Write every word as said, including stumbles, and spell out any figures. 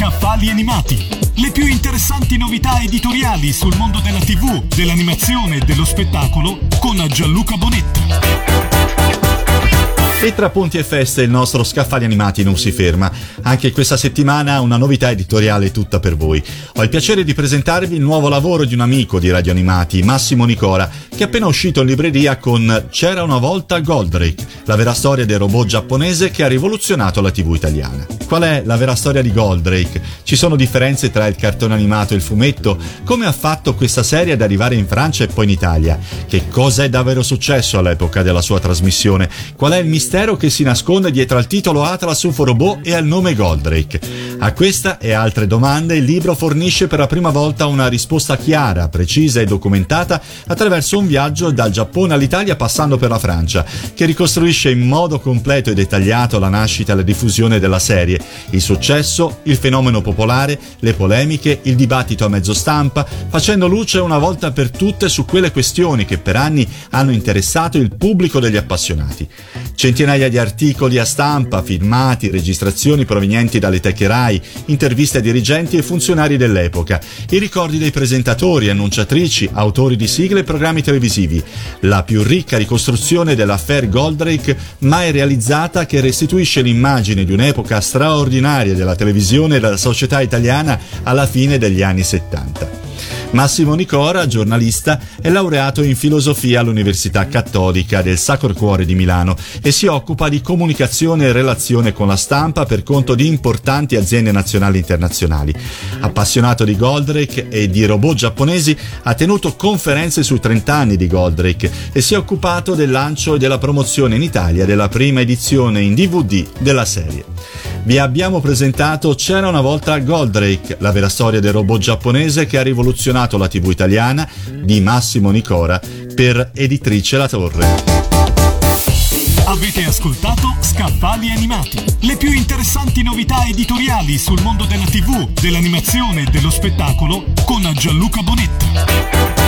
Scaffali animati. Le più interessanti novità editoriali sul mondo della tivù, dell'animazione e dello spettacolo con Gianluca Bonetta. E tra ponti e feste il nostro Scaffali Animati non si ferma. Anche questa settimana una novità editoriale tutta per voi. Ho il piacere di presentarvi il nuovo lavoro di un amico di Radio Animati, Massimo Nicora, che è appena uscito in libreria con C'era una volta Goldrake, la vera storia del robot giapponese che ha rivoluzionato la tivù italiana. Qual è la vera storia di Goldrake? Ci sono differenze tra il cartone animato e il fumetto? Come ha fatto questa serie ad arrivare in Francia e poi in Italia? Che cosa è davvero successo all'epoca della sua trasmissione? Qual è il mistero che si nasconde dietro al titolo Atlas U F O Robot e al nome Goldrake? A questa e altre domande il libro fornisce per la prima volta una risposta chiara, precisa e documentata attraverso un viaggio dal Giappone all'Italia passando per la Francia, che ricostruisce in modo completo e dettagliato la nascita e la diffusione della serie, il successo, il fenomeno popolare, le polemiche, il dibattito a mezzo stampa, facendo luce una volta per tutte su quelle questioni che per anni hanno interessato il pubblico degli appassionati. Centinaia di articoli a stampa, filmati, registrazioni provenienti dalle teche Rai, interviste a dirigenti e funzionari dell'epoca, i ricordi dei presentatori, annunciatrici, autori di sigle e programmi televisivi, la più ricca ricostruzione dell'affaire Goldrake mai realizzata, che restituisce l'immagine di un'epoca straordinaria della televisione e della società italiana alla fine degli anni settanta. Massimo Nicora, giornalista, è laureato in filosofia all'Università Cattolica del Sacro Cuore di Milano e si occupa di comunicazione e relazione con la stampa per conto di importanti aziende nazionali e internazionali. Appassionato di Goldrake e di robot giapponesi, ha tenuto conferenze sui trent'anni di Goldrake e si è occupato del lancio e della promozione in Italia della prima edizione in D V D della serie. Vi abbiamo presentato C'era una volta Goldrake, la vera storia del robot giapponese che ha rivoluzionato la tivù italiana, di Massimo Nicora, per Editrice La Torre. Avete ascoltato Scaffali Animati, le più interessanti novità editoriali sul mondo della tivù, dell'animazione e dello spettacolo con Gianluca Bonetta.